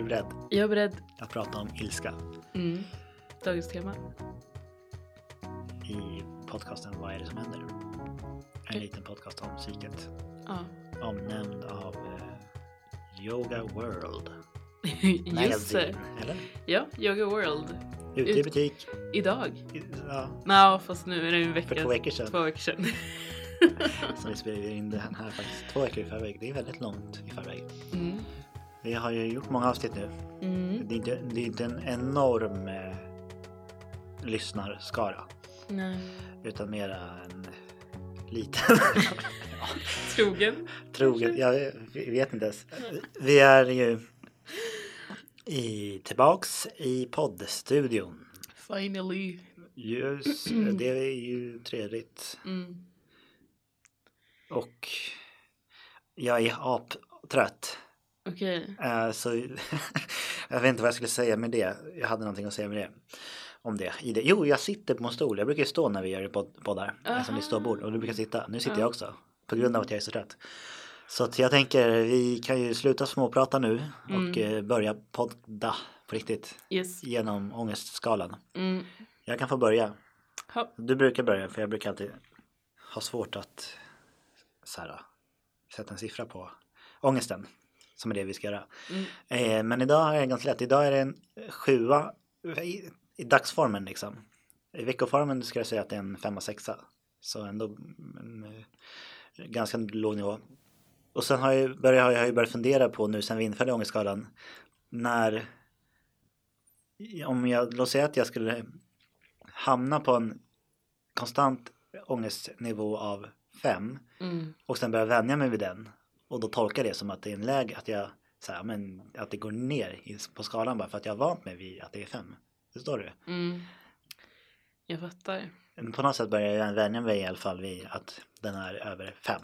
beredd? Jag är beredd. Att prata om ilska. Dagens tema. I podcasten Vad är det som händer? En liten podcast om psyket. Ja. Omnämnd av Yoga World. Just det. Eller? Ja, Yoga World. Ute i butik. Idag? Ja. Nej, fast nu är det en vecka. För 2 veckor sedan. 2 veckor sedan. Så vi spelar in det här faktiskt 2 veckor i förväg. Det är väldigt långt i förväg. Vi har ju gjort många avsnitt nu. Det är inte en enorm lyssnarskara. Nej. Utan mera en liten. Trogen. Jag vet inte ens. Vi är ju tillbaks i poddstudion. Finally. Just, det är ju trevligt. Och jag är aptrött. Okej. Så jag vet inte vad jag skulle säga med det. Jag hade någonting att säga med det. Om det. Jo, jag sitter på en stol. Jag brukar ju stå när vi gör poddar. Som det står bord. Och du brukar sitta. Nu sitter jag också. På grund av att jag är så trött. Så att jag tänker vi kan ju sluta småprata nu. Och börja podda på riktigt. Yes. Genom ångestskalan. Jag kan få börja. Du brukar börja. För jag brukar alltid ha svårt att sätta en siffra på ångesten. Som är det vi ska göra. Men idag är det ganska lätt. Idag är det en 7 i dagsformen liksom. I veckoformen ska jag säga att det är en 5-6. Så ändå en ganska låg nivå. Och sen har jag börjat fundera på nu sen vi införde ångestskalan. Låt säga att jag skulle hamna på en konstant ångestnivå av 5. Och sen börja vänja mig vid den. Och då tolkar det som att det är en läge att jag att det går ner på skalan bara för att jag har vant mig vid att det är 5. Förstår du? Jag fattar. Men på något sätt börjar jag vänja mig i alla fall vid att den är över 5.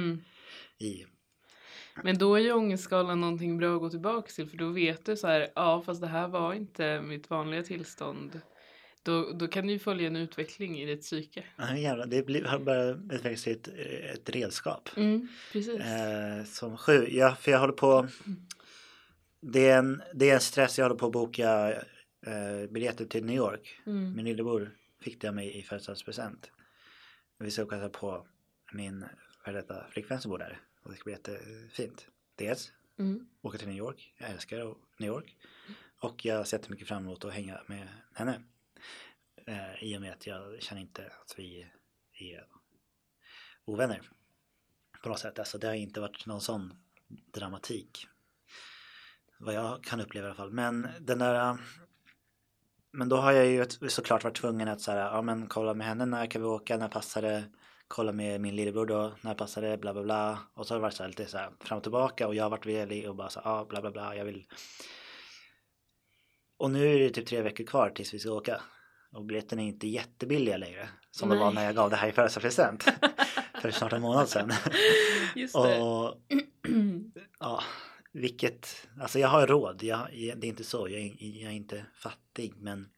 Men då är ju ångestskalan någonting bra att gå tillbaka till. För då vet du fast det här var inte mitt vanliga tillstånd. Då kan du ju följa en utveckling i ditt psyke. Ja, jävlar, det har bara utvecklat sig ett redskap. Precis. Som 7. Ja, för jag håller på. Det är en stress. Jag håller på att boka biljetter till New York. Min lillebror fick det mig i födelsedagspresent. Vi ska åka på min fördetta flickvän som bor där. Och det ska bli jättefint. Dels åka till New York. Jag älskar New York. Och jag ser mycket fram emot att hänga med henne. I och med att jag känner inte att vi är ovänner på något sätt. Alltså det har inte varit någon sån dramatik. Vad jag kan uppleva i alla fall. Men då har jag ju såklart varit tvungen att kolla med henne, när kan vi åka, när passar det, kolla med min lillebror då, när passar det, bla bla bla. Och så har det varit lite fram och tillbaka och jag har varit velig och bara bla bla bla, jag vill. Och nu är det typ 3 veckor kvar tills vi ska åka. Och biljetten är inte jättebilliga längre. Som det var när jag gav det här i födelsedagspresent. För snart en månad sedan. Just det. Och vilket, alltså jag har råd. Det är inte så, jag är inte fattig. Men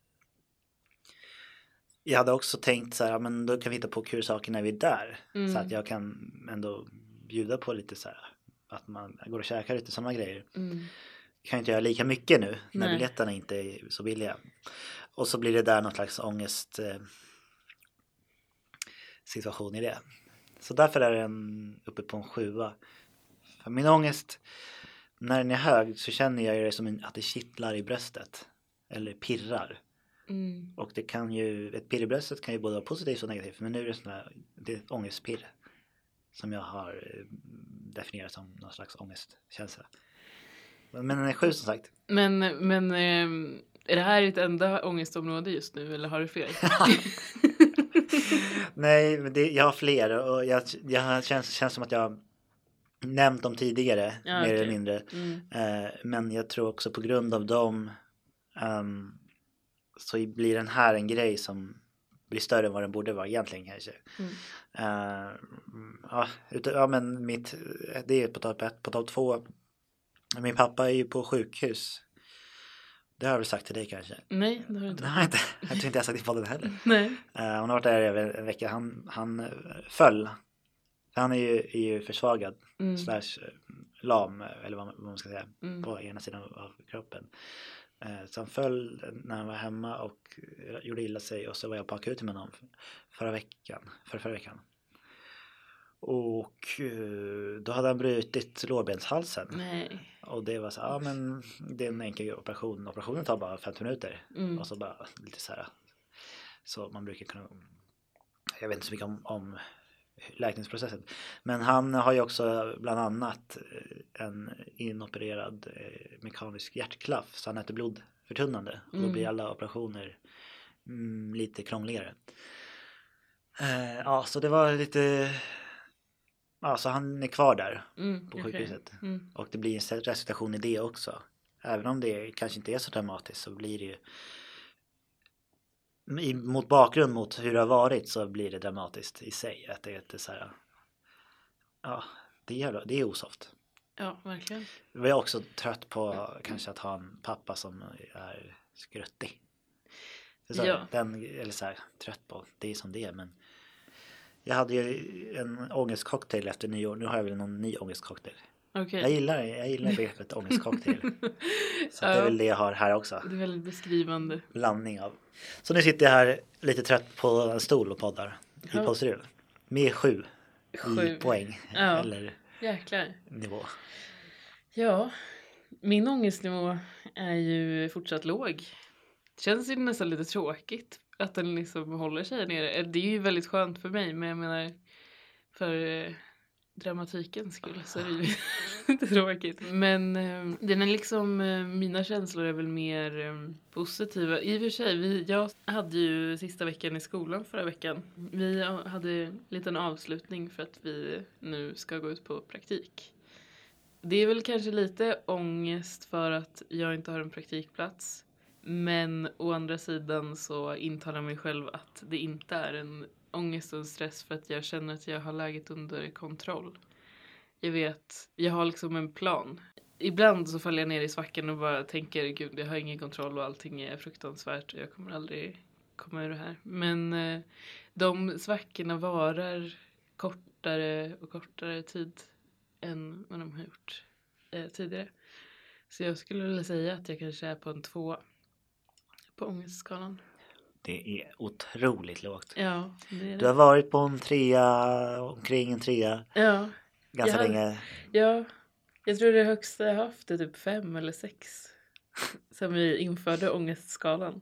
jag hade också tänkt men då kan vi hitta på kul saker när vi är där. Så att jag kan ändå bjuda på lite att man går och käkar lite sådana grejer. Kan inte göra lika mycket nu när biljetterna inte är så billiga. Och så blir det där något slags ångest situation i det. Så därför är den uppe på en 7. För min ångest, när den är hög så känner jag det som att det kittlar i bröstet. Eller pirrar. Och det kan ju, ett pirr i bröstet kan ju både vara positivt och negativt. Men nu är det är ett ångestpirr. Som jag har definierat som någon slags ångestkänsla. Men den är 7 som sagt. Men är det här ditt enda ångestområde just nu eller har du fler? Nej, men jag har fler och jag känns som att jag har nämnt dem tidigare mer eller mindre. Men jag tror också på grund av dem så blir den här en grej som blir större än vad den borde vara egentligen kanske. Men det är på topp 1, på topp 2. Min pappa är ju på sjukhus. Det har jag väl sagt till dig kanske? Nej, det har du inte. Nej, inte. Jag tror inte jag sagt i podden heller. Nej. Hon har varit där över en vecka. Han föll Han är ju försvagad slash lam, eller vad man ska säga, på ena sidan av kroppen. Så han föll när han var hemma och gjorde illa sig, och så var jag på akuten med honom förra veckan. Och då hade han brutit lårbenshalsen. Nej. Och det var så men det är en enkel operation. Operationen tar bara 50 minuter. Och så bara lite så här. Så man brukar kunna, jag vet inte så mycket om läkningsprocessen. Men han har ju också bland annat en inopererad mekanisk hjärtklaff. Så han äter blodförtunnande. Och då blir alla operationer lite krångligare. Så det var lite... Ja, så han är kvar där på sjukhuset. Och det blir en resuscitation i det också. Även om det kanske inte är så dramatiskt, så blir det ju... Mot bakgrund mot hur det har varit, så blir det dramatiskt i sig. Att det är inte så här... Ja, det är osoft. Ja, verkligen. Jag är också trött på kanske att ha en pappa som är skruttig. Eller så här, trött på, det är som det är, men... Jag hade ju en ångestcocktail efter nyår. Nu har jag väl någon ny ångestcocktail. Okay. Jag gillar begreppet ångestcocktail. Så det är väl det jag har här också. Det är väldigt beskrivande. Blandning av. Så nu sitter jag här lite trött på en stol och poddar. I poddstudion. Med 7 poäng. Ja. Eller jäklar. Nivå. Ja. Min ångestnivå är ju fortsatt låg. Det känns ju nästan lite tråkigt att den liksom håller sig nere. Det är ju väldigt skönt för mig, men jag menar för dramatikens skull så är det ju lite tråkigt. Men den är liksom, mina känslor är väl mer positiva. I och för sig, jag hade ju sista veckan i skolan förra veckan. Vi hade en liten avslutning för att vi nu ska gå ut på praktik. Det är väl kanske lite ångest för att jag inte har en praktikplats. Men å andra sidan så intalar mig själv att det inte är en ångest och stress, för att jag känner att jag har läget under kontroll. Jag har liksom en plan. Ibland så faller jag ner i svackan och bara tänker, gud, jag har ingen kontroll och allting är fruktansvärt och jag kommer aldrig komma ur det här. Men de svackorna varar kortare och kortare tid än vad de har gjort tidigare. Så jag skulle vilja säga att jag kanske är på en 2 på ångestskalan. Det är otroligt lågt. Ja, det är det. Du har varit på en 3, omkring en 3. Ja. Ganska länge. Ja, jag tror det högsta jag haft är typ 5 eller 6. Som vi införde ångestskalan.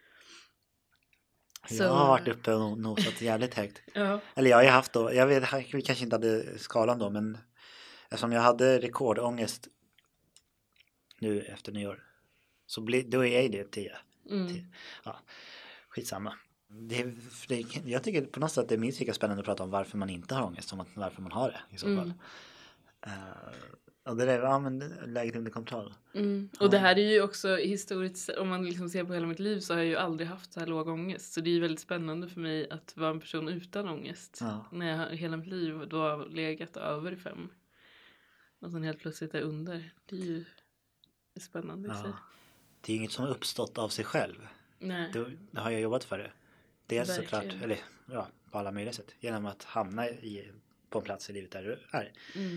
Så. Jag har varit uppe och nosat jävligt högt. Ja. Eller jag har haft då, jag vet, vi kanske inte hade skalan då, men eftersom jag hade rekordångest nu efter nyår, så då är jag det 10. Ja, skitsamma. Jag tycker på något sätt att det är minst lika spännande att prata om varför man inte har ångest som varför man har det i så fall. Och det är men läget under kontroll. Och det här är ju också historiskt, om man liksom ser på hela mitt liv, så har jag ju aldrig haft så här låg ångest. Så det är ju väldigt spännande för mig att vara en person utan ångest. Ja. När jag hela mitt liv då har legat över 5. Och sen helt plötsligt är under. Det är ju spännande i sig. Det är ju inget som har uppstått av sig själv. Nej. Det har jag jobbat för det. Dels Verkligen. såklart, eller på alla möjliga sätt. Genom att hamna på en plats i livet där du är.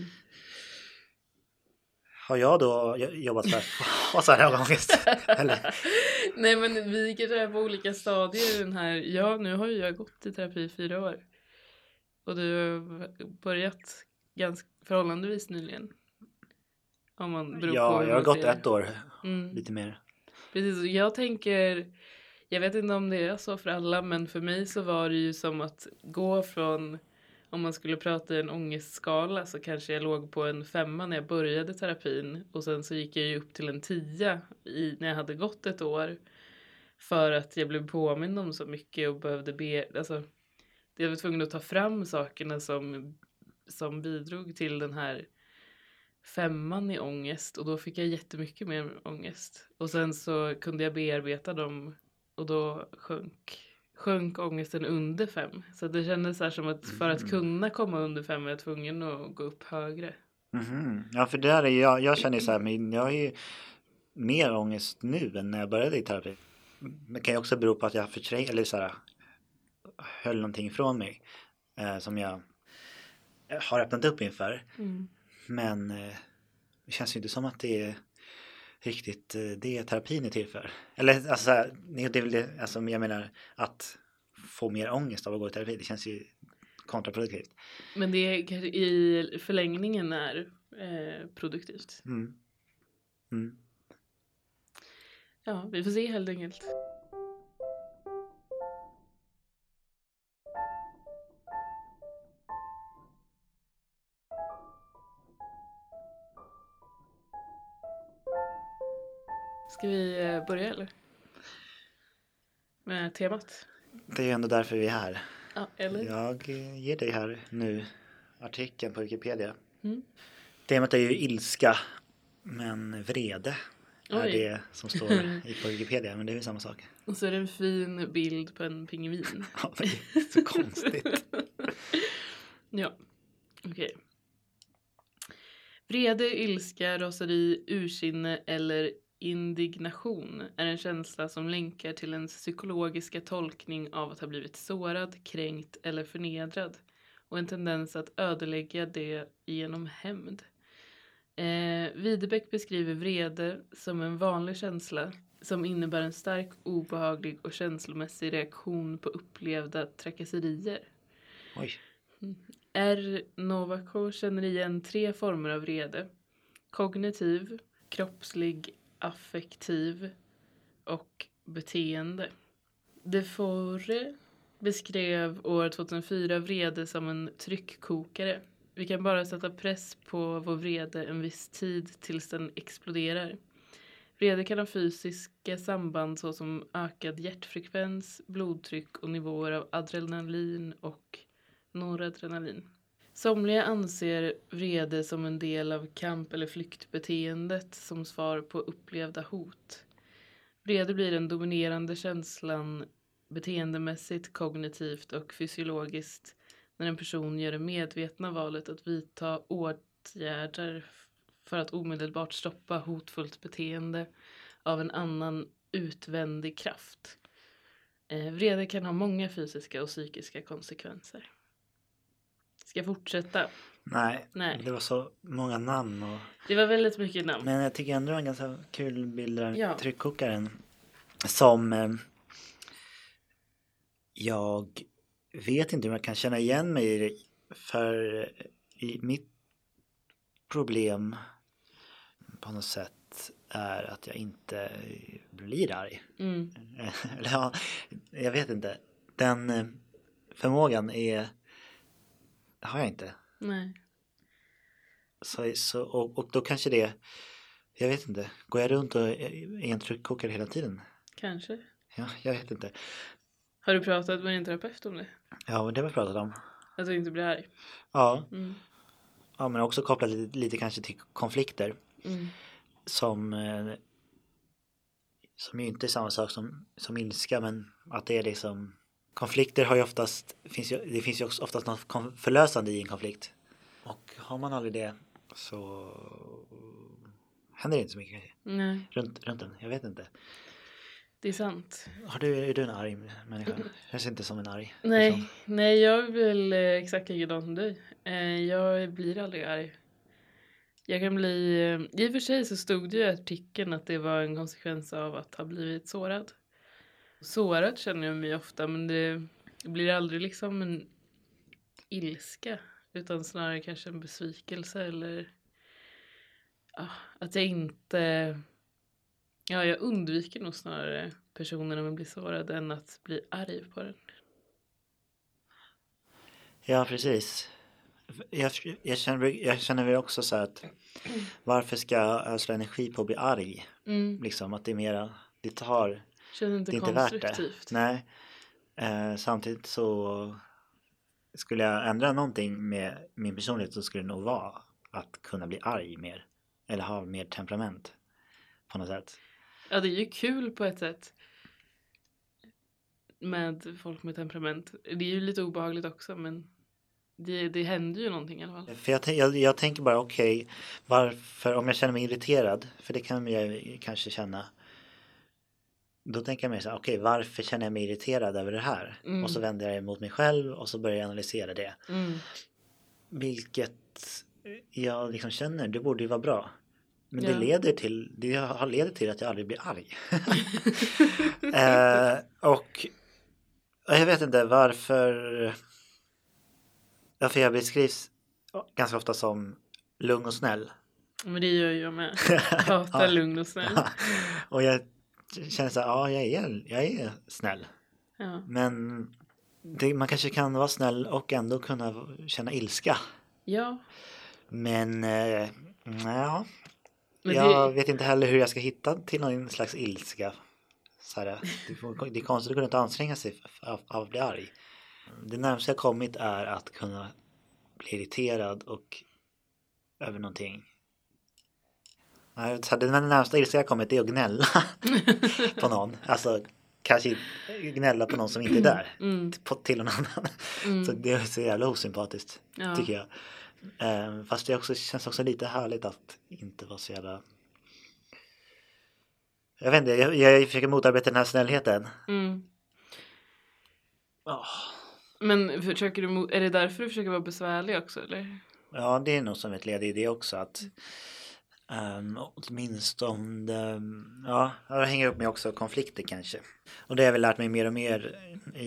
Har jag då jobbat för att så här ångest? Eller? Nej, men vi kanske är på olika stadier i den här. Ja, nu har ju jag gått i terapi i 4 år. Och du har börjat ganska förhållandevis nyligen. Om man beror på jag har gått 1 år. Lite mer. Precis, jag tänker, jag vet inte om det är så för alla, men för mig så var det ju som att gå från, om man skulle prata en ångestskala, så kanske jag låg på en 5 när jag började terapin, och sen så gick jag ju upp till en 10 när jag hade gått 1 år, för att jag blev påmind om så mycket och behövde jag var tvungen att ta fram sakerna som bidrog till den här 5 i ångest, och då fick jag jättemycket mer ångest. Och sen så kunde jag bearbeta dem, och då sjönk ångesten under 5. Så det kändes så här som att för att kunna komma under 5 är jag tvungen att gå upp högre. Ja, för där är jag känner så här, men jag har ju mer ångest nu än när jag började i terapi. Det kan ju också bero på att jag höll någonting ifrån mig som jag har öppnat upp inför. Men det känns ju inte som att det är riktigt det terapin är till för. Eller alltså, det är väl det, alltså, jag menar att få mer ångest av att gå i terapi, det känns ju kontraproduktivt. Men det kanske i förlängningen är produktivt. Ja, vi får se helt enkelt. Ska vi börja eller? Med temat? Det är ändå därför vi är här. Ja, eller? Jag ger dig här nu artikeln på Wikipedia. Temat är ju ilska, men vrede är det som står på Wikipedia, men det är ju samma sak. Och så är det en fin bild på en pingvin. Ja, det är så konstigt. Ja, okej. Vrede, ilska, raseri, ursinne eller indignation är en känsla som länkar till ens psykologiska tolkning av att ha blivit sårad, kränkt eller förnedrad och en tendens att ödelägga det genom hämnd. Widerbeck beskriver vrede som en vanlig känsla som innebär en stark, obehaglig och känslomässig reaktion på upplevda trakasserier. Oj. R. Novako känner igen 3 former av vrede: kognitiv, kroppslig, affektiv och beteende. Defore beskrev år 2004 vrede som en tryckkokare. Vi kan bara sätta press på vår vrede en viss tid tills den exploderar. Vrede kan ha fysiska samband såsom ökad hjärtfrekvens, blodtryck och nivåer av adrenalin och noradrenalin. Somliga anser vrede som en del av kamp- eller flyktbeteendet som svar på upplevda hot. Vrede blir den dominerande känslan beteendemässigt, kognitivt och fysiologiskt när en person gör det medvetna valet att vidta åtgärder för att omedelbart stoppa hotfullt beteende av en annan utvändig kraft. Vrede kan ha många fysiska och psykiska konsekvenser. Ska jag fortsätta? Nej, det var så många namn. Och... Det var väldigt mycket namn. Men jag tycker ändå det var en ganska kul bild av tryckkokaren. Som jag vet inte om jag kan känna igen mig i det. För i mitt problem på något sätt är att jag inte blir arg. Eller ja, jag vet inte. Den förmågan har jag inte. Nej. Och då kanske det, jag vet inte, går jag runt och är en tryckkokare hela tiden? Kanske. Ja, jag vet inte. Har du pratat med din terapeut om det? Ja, men det har vi pratat om. Att du inte blir arg? Ja. Ja, men också kopplat lite kanske till konflikter. Som ju inte är samma sak som ilska, men att det är liksom, konflikter har ju oftast, det finns ju också oftast något förlösande i en konflikt. Och har man aldrig det så händer det inte så mycket. Nej. Runt den, jag vet inte. Det är sant. Är du en arg människa? Jag känns inte som en arg. Nej, liksom. Nej, jag är väl exakt likadan som dig. Jag blir aldrig arg. Jag kan bli, i och för sig så stod det ju i artikeln att det var en konsekvens av att ha blivit sårad. Sårad känner jag mig ofta, men det blir aldrig liksom en ilska, utan snarare kanske en besvikelse eller att jag inte, jag undviker nog snarare personer när man blir sårad än att bli arg på den. Ja, precis. Jag känner väl också så att varför ska jag ösla energi på att bli arg? Liksom att det är mera, det är inte värt det. Nej. Samtidigt så skulle jag ändra någonting med min personlighet så skulle det nog vara att kunna bli arg mer. Eller ha mer temperament på något sätt. Ja, det är ju kul på ett sätt med folk med temperament. Det är ju lite obehagligt också, men det händer ju någonting i alla fall. För jag tänker bara okej, varför, om jag känner mig irriterad, för det kan jag kanske känna, då tänker jag mig så här, okej, varför känner jag mig irriterad över det här? Och så vänder jag mot mig själv och så börjar jag analysera det. vilket jag liksom känner, det borde ju vara bra. Men Ja. det leder till att jag aldrig blir arg. Och jag vet inte varför jag beskrivs ganska ofta som lugn och snäll. Men det gör jag med. Hatar lugn och snäll. Och jag känner så här, jag är snäll. Ja. Men man kanske kan vara snäll och ändå kunna känna ilska. Ja. Men ja. Men Jag vet inte heller hur jag ska hitta till någon slags ilska. Så här, det är konstigt att kunna inte anstränga sig av att bli arg. Det närmaste jag kommit är att kunna bli irriterad och över någonting. Så det närmaste ilska jag kommit är att gnälla på någon. Alltså kanske gnälla på någon som inte är där. Till någon annan. Så det är så jävla osympatiskt tycker jag. Fast det känns också lite härligt att inte vara så jävla... Jag vet inte, jag försöker motarbeta den här snällheten. Men är det därför du försöker vara besvärlig också, eller? Ja, det är nog som ett led i det också. Att åtminstone det hänger upp med också konflikter kanske. Och det har jag väl lärt mig mer och mer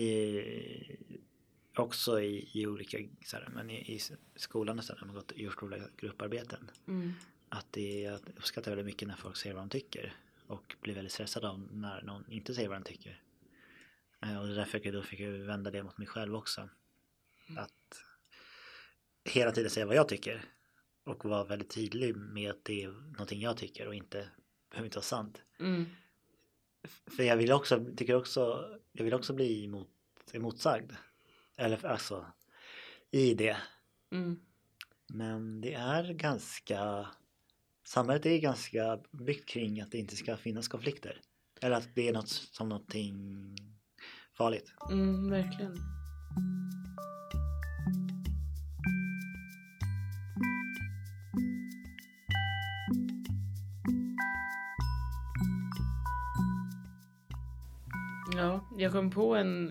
också i olika så här, men i skolan och så där, när man gjort olika grupparbeten. Att jag uppskattar väldigt mycket när folk säger vad de tycker och blir väldigt stressad av när någon inte säger vad de tycker. Och därför fick jag vända det mot mig själv också. Att hela tiden säga vad jag tycker och vara väldigt tydlig med att det är någonting jag tycker och behöver inte vara sant. För jag vill också bli emotsagd. Eller alltså i det. Men det är samhället är ganska byggt kring att det inte ska finnas konflikter. Eller att det är någonting farligt. Verkligen. Ja, jag kom på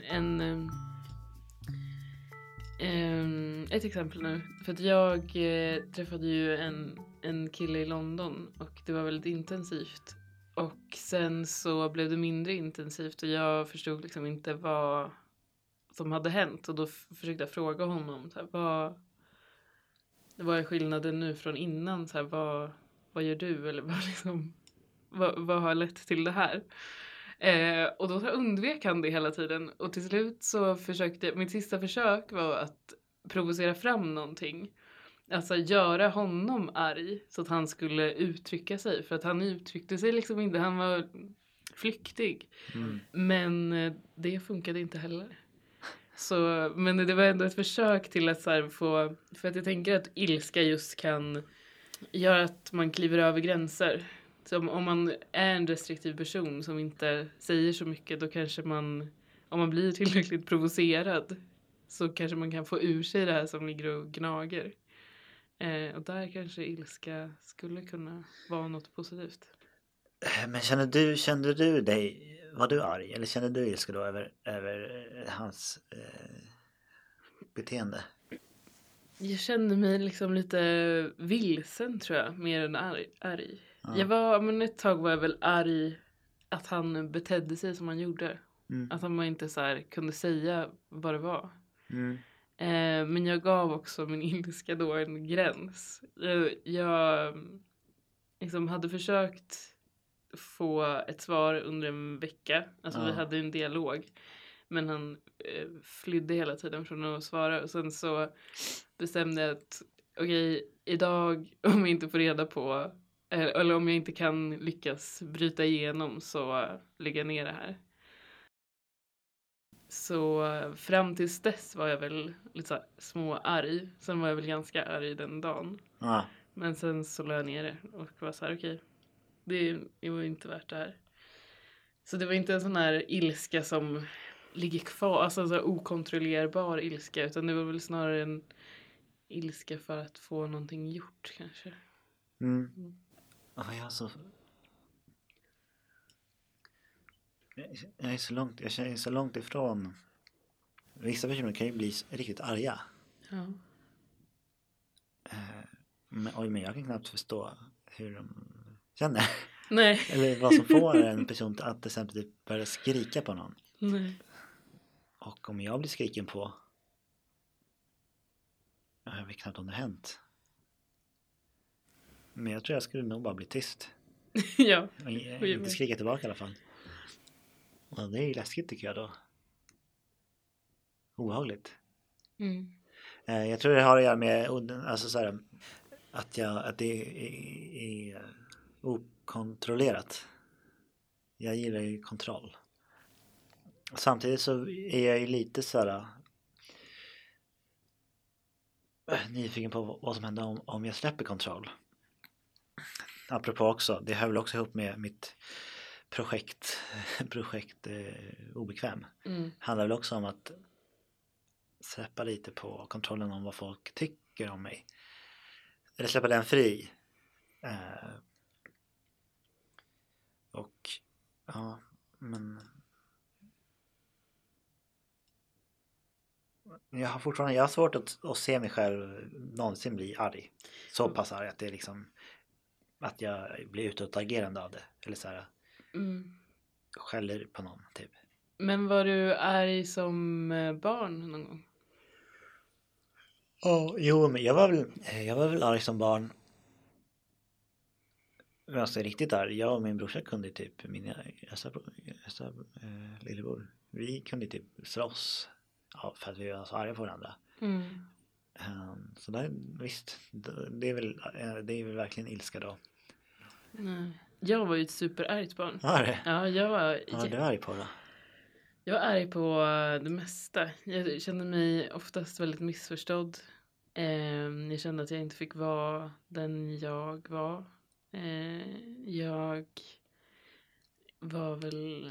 ett exempel nu. För att jag träffade ju en kille i London och det var väldigt intensivt. Och sen så blev det mindre intensivt och jag förstod liksom inte vad som hade hänt. Och då försökte jag fråga honom så här, vad är skillnaden nu från innan? Så här, vad gör du? Eller vad har lett till det här? Och då undvek han det hela tiden. Och till slut så mitt sista försök var att provocera fram någonting. Alltså göra honom arg så att han skulle uttrycka sig. För att han uttryckte sig liksom inte, han var flyktig. Men det funkade inte heller. Men det var ändå ett försök till att så här för att jag tänker att ilska just kan göra att man kliver över gränser. Så om man är en restriktiv person som inte säger så mycket, då kanske om man blir tillräckligt provocerad så kanske man kan få ur sig det här som ligger och gnager. Och där kanske ilska skulle kunna vara något positivt. Men kände du var du arg? Eller kände du ilska då över hans beteende? Jag kände mig liksom lite vilsen tror jag, mer än arg. Ja. Ett tag var jag väl arg att han betedde sig som han gjorde. Att han inte så här kunde säga vad det var. Men jag gav också min ilska då en gräns. Jag liksom hade försökt få ett svar under en vecka. Alltså vi hade en dialog. Men han flydde hela tiden från att svara. Och sen så bestämde jag att okej, idag om jag inte får reda på eller om jag inte kan lyckas bryta igenom så lägger jag ner det här. Så fram tills dess var jag väl lite så här småarg. Sen var jag väl ganska arg den dagen. Men sen så lade jag ner det och var så här okej, det var inte värt det här. Så det var inte en sån här ilska som ligger kvar, alltså en så här okontrollerbar ilska, utan det var väl snarare en ilska för att få någonting gjort kanske. Jag är så långt ifrån. Vissa personer kan ju bli riktigt arga. Ja. Men jag kan knappt förstå hur de känner. Nej. Eller vad som får en person att till exempel börja skrika på någon. Nej. Och om jag blir skriken på, jag vet knappt om det har hänt. Men jag tror jag skulle nog bara bli tyst. Ja. Och inte skrika tillbaka i alla fall. Och det är ju läskigt tycker jag då. Obehagligt. Jag tror det har att göra med alltså så här, att det är okontrollerat. Jag gillar ju kontroll. Samtidigt så är jag ju lite så här nyfiken på vad som händer om jag släpper kontroll. Apropå också, det hör väl också ihop med mitt projekt Obekväm. Handlar väl också om att släppa lite på kontrollen om vad folk tycker om mig. Eller släppa den fri. Och ja, men jag har svårt att se mig själv någonsin bli arg. Så pass arg att det är liksom att jag blir utåtagerande av det. Eller så här skäller på någon typ. Men var du arg som barn någon gång? Jo, men jag var väl arg som barn. Alltså riktigt arg. Jag och min brorsa kunde typ, min lillebror, vi kunde typ slåss för att vi var så arga på varandra. Så där, visst, det är väl verkligen ilska då. Nej. Jag var ju ett superargt barn. Var det? Ja, jag var... Ja, du är arg på det. Jag var arg på det mesta. Jag kände mig oftast väldigt missförstådd. Jag kände att jag inte fick vara den jag var. Jag var väl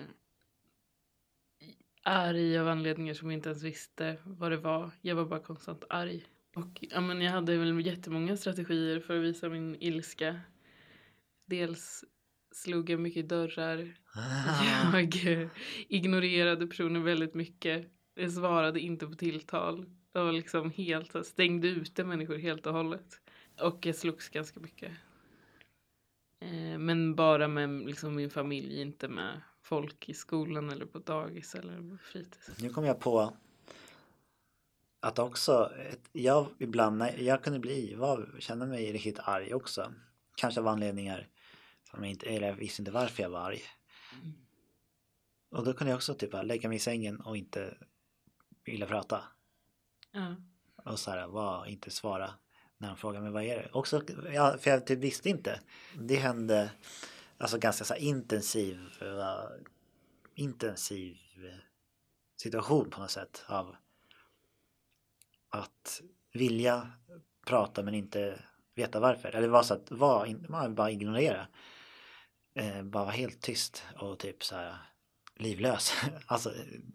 arg av anledningar som jag inte ens visste vad det var. Jag var bara konstant arg. Och ja, men jag hade väl jättemånga strategier för att visa min ilska. Dels slog jag mycket dörrar. Jag ignorerade personer väldigt mycket. Jag svarade inte på tilltal. Jag var liksom helt, stängde ute människor helt och hållet. Och jag slogs ganska mycket. Men bara med liksom min familj, inte med folk i skolan eller på dagis eller på fritids. Nu kom jag på att också jag ibland jag kunde känna mig riktigt arg också. Kanske av anledningar som jag visste inte varför jag var arg. Och då kunde jag också typ lägga mig i sängen och inte vilja prata. Ja. Och så här, inte svara när han frågade mig vad är det. Också, för jag typ visste inte. Det hände alltså ganska så här intensiv situation på något sätt av att vilja prata men inte veta varför. Eller var så att man bara ignorera. Bara vara helt tyst och typ så här livlös. Alltså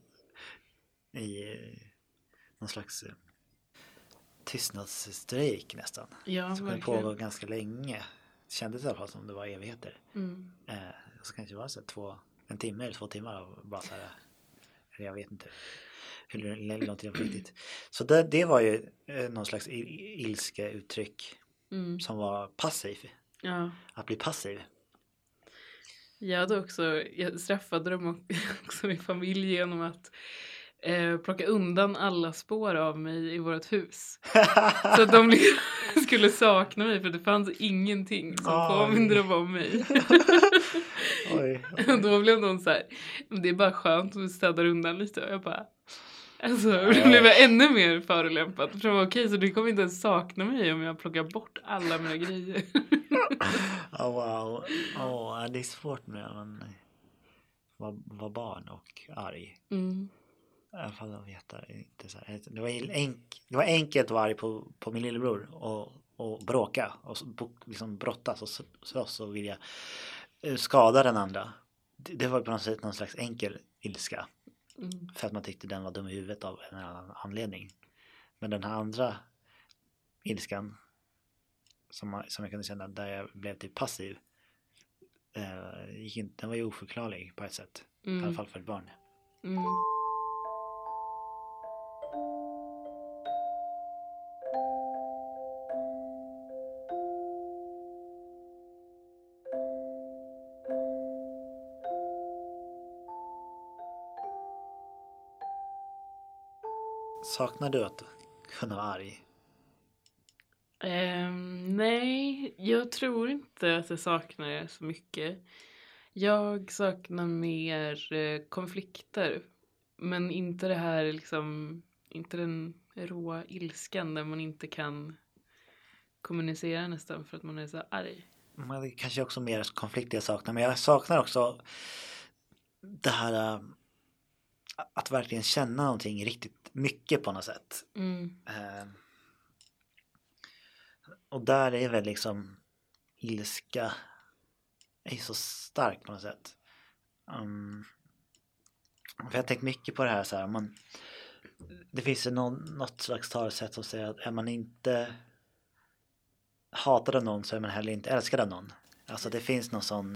i någon slags tystnadsstrejk nästan. Ja, så kunde pågå ganska länge. Det kändes i alla fall som det var evigheter. Så kanske det var så en timme eller 2 timmar och bara så här, eller jag vet inte hur lång tid det var riktigt. Så det var ju någon slags ilska uttryck som var passiv. Ja. Att bli passiv. Jag straffade dem också min familj genom att plocka undan alla spår av mig i vårt hus. Så att de skulle sakna mig, för det fanns ingenting som påminner dem om mig. Oj. Och då blev de så här, det är bara skönt att städa undan lite. Och jag bara, alltså det blev jag ännu mer förolämpad. För de var okej, så du kommer inte ens sakna mig om jag plockar bort alla mina grejer. Wow. Det är svårt med att vara barn och arg. I alla fall att veta inte så här. Det var enkelt att vara arg på min lillebror och bråka och liksom brottas och slåss och vilja skada den andra. Det var på något sätt någon slags enkel ilska. För att man tyckte den var dum i huvudet av en annan anledning. Men den här andra ilskan som jag kunde känna där jag blev typ passiv, den var ju oförklarlig på ett sätt. I alla fall för ett barn. Saknar du att kunna vara arg? Nej, jag tror inte att jag saknar det så mycket. Jag saknar mer konflikter. Men inte det här liksom, inte den råa ilskan där man inte kan kommunicera nästan för att man är så arg. Men det kanske också mer konflikter jag saknar. Men jag saknar också det här att verkligen känna någonting riktigt mycket på något sätt. Och där är väl liksom ilska är så stark på något sätt. För jag har tänkt mycket på det här så här. Det finns ju något slags talesätt som säger att är man inte hatad av någon så är man heller inte älskad av någon. Alltså det finns någon sån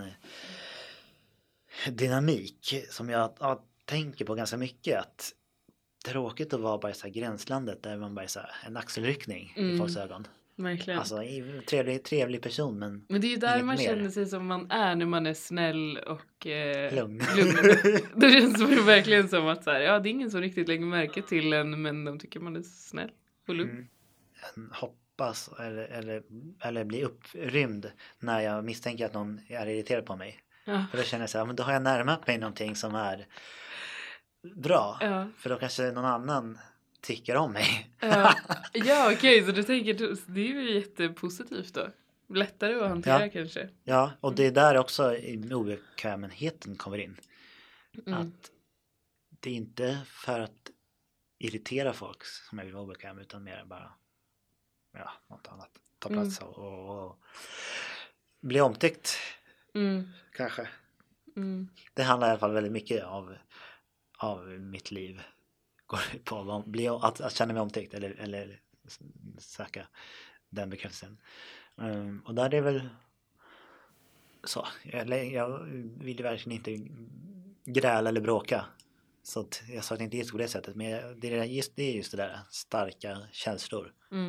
dynamik som jag tänker på ganska mycket, att tråkigt att vara bara i så här gränslandet där man bara är så här en axelryckning i folks ögon. Verkligen. Alltså trevlig person men det är ju där man mer. känner sig som man är när man är snäll och lugn. Det känns verkligen som att så här, ja, det är ingen som riktigt lägger märke till en, men de tycker man är snäll och lugn. Hoppas eller bli upprymd när jag misstänker att någon är irriterad på mig. Ja. För då känner jag så här, men då har jag närmat mig någonting som är bra. Ja. För då kanske någon annan tycker om mig. Ja, okej, så du tänker, det är ju jättepositivt då. Lättare att hantera kanske. Ja, och det är där också obekvämheten kommer in. Att det är inte för att irritera folk som jag vill vara obekväm, utan mer bara något annat. Ta plats och bli omtyckt. Kanske. Det handlar i alla fall väldigt mycket av mitt liv går på att känna mig omtyckt eller söka den bekräftelsen. Och där är det väl så. Jag vill verkligen inte gräla eller bråka. Så att jag saknar inte just på det sättet. Men det är just det där starka känslor.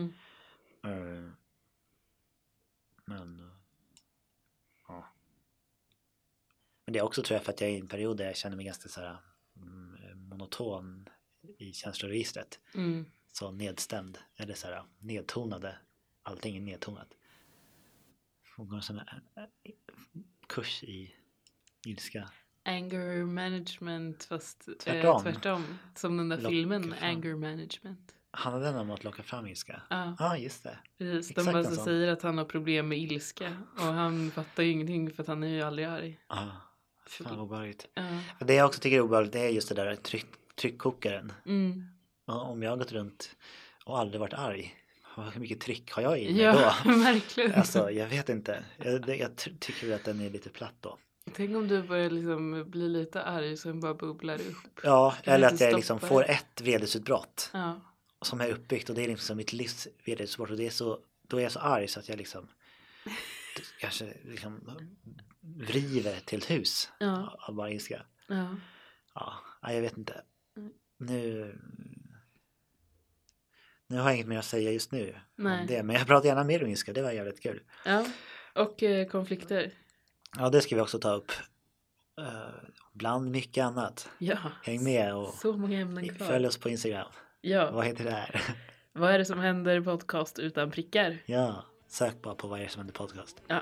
Men ja. Men det är också, tror jag, för att jag är i en period där jag känner mig ganska så här monoton i känsloregistret. Så nedstämd eller så här nedtonade. Allting är nedtonat. Och går en sån här kurs i ilska. Anger management, fast tvärtom. Som den där filmen Anger Management. Handlar den om att locka fram ilska? Ja, just det. Precis, de bara så säger att han har problem med ilska. Och han fattar ju ingenting för att han är ju aldrig arg. Fan obehagligt. Det jag också tycker är obehagligt, det är just det där tryckkokaren. Om jag har gått runt och aldrig varit arg, hur mycket tryck har jag i mig då? Ja, verkligen. Alltså, jag vet inte. Jag tycker att den är lite platt då. Tänk om du börjar liksom bli lite arg så den bara bubblar upp. Ja, eller att jag liksom får ett vredesutbrott. Ja. Som är uppbyggt, och det är liksom mitt livs vredesutbrott. Och det är så, då är jag så arg så att jag liksom kanske liksom vriver till ett hus av bara ilska. Ja, jag vet inte. Nu har jag inget mer att säga just nu. Det, men jag pratar gärna mer om ilska, det var jävligt kul. Ja, och konflikter. Ja, det ska vi också ta upp. Bland mycket annat. Ja, häng med och så många ämnen kvar. Följ oss på Instagram. Ja. Vad heter det här? Vad är det som händer podcast utan prickar? Ja, sök bara på vad är det som händer podcast. Ja.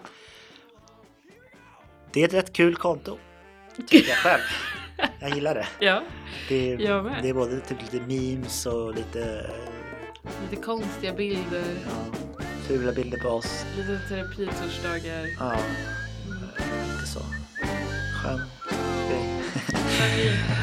Det är ett rätt kul konto. Tycker jag själv. Jag gillar det. Ja, det är både typ lite memes och lite konstiga bilder. Ja, fula bilder på oss. Lite terapitorsdagar. Ja, lite så. Skön grej.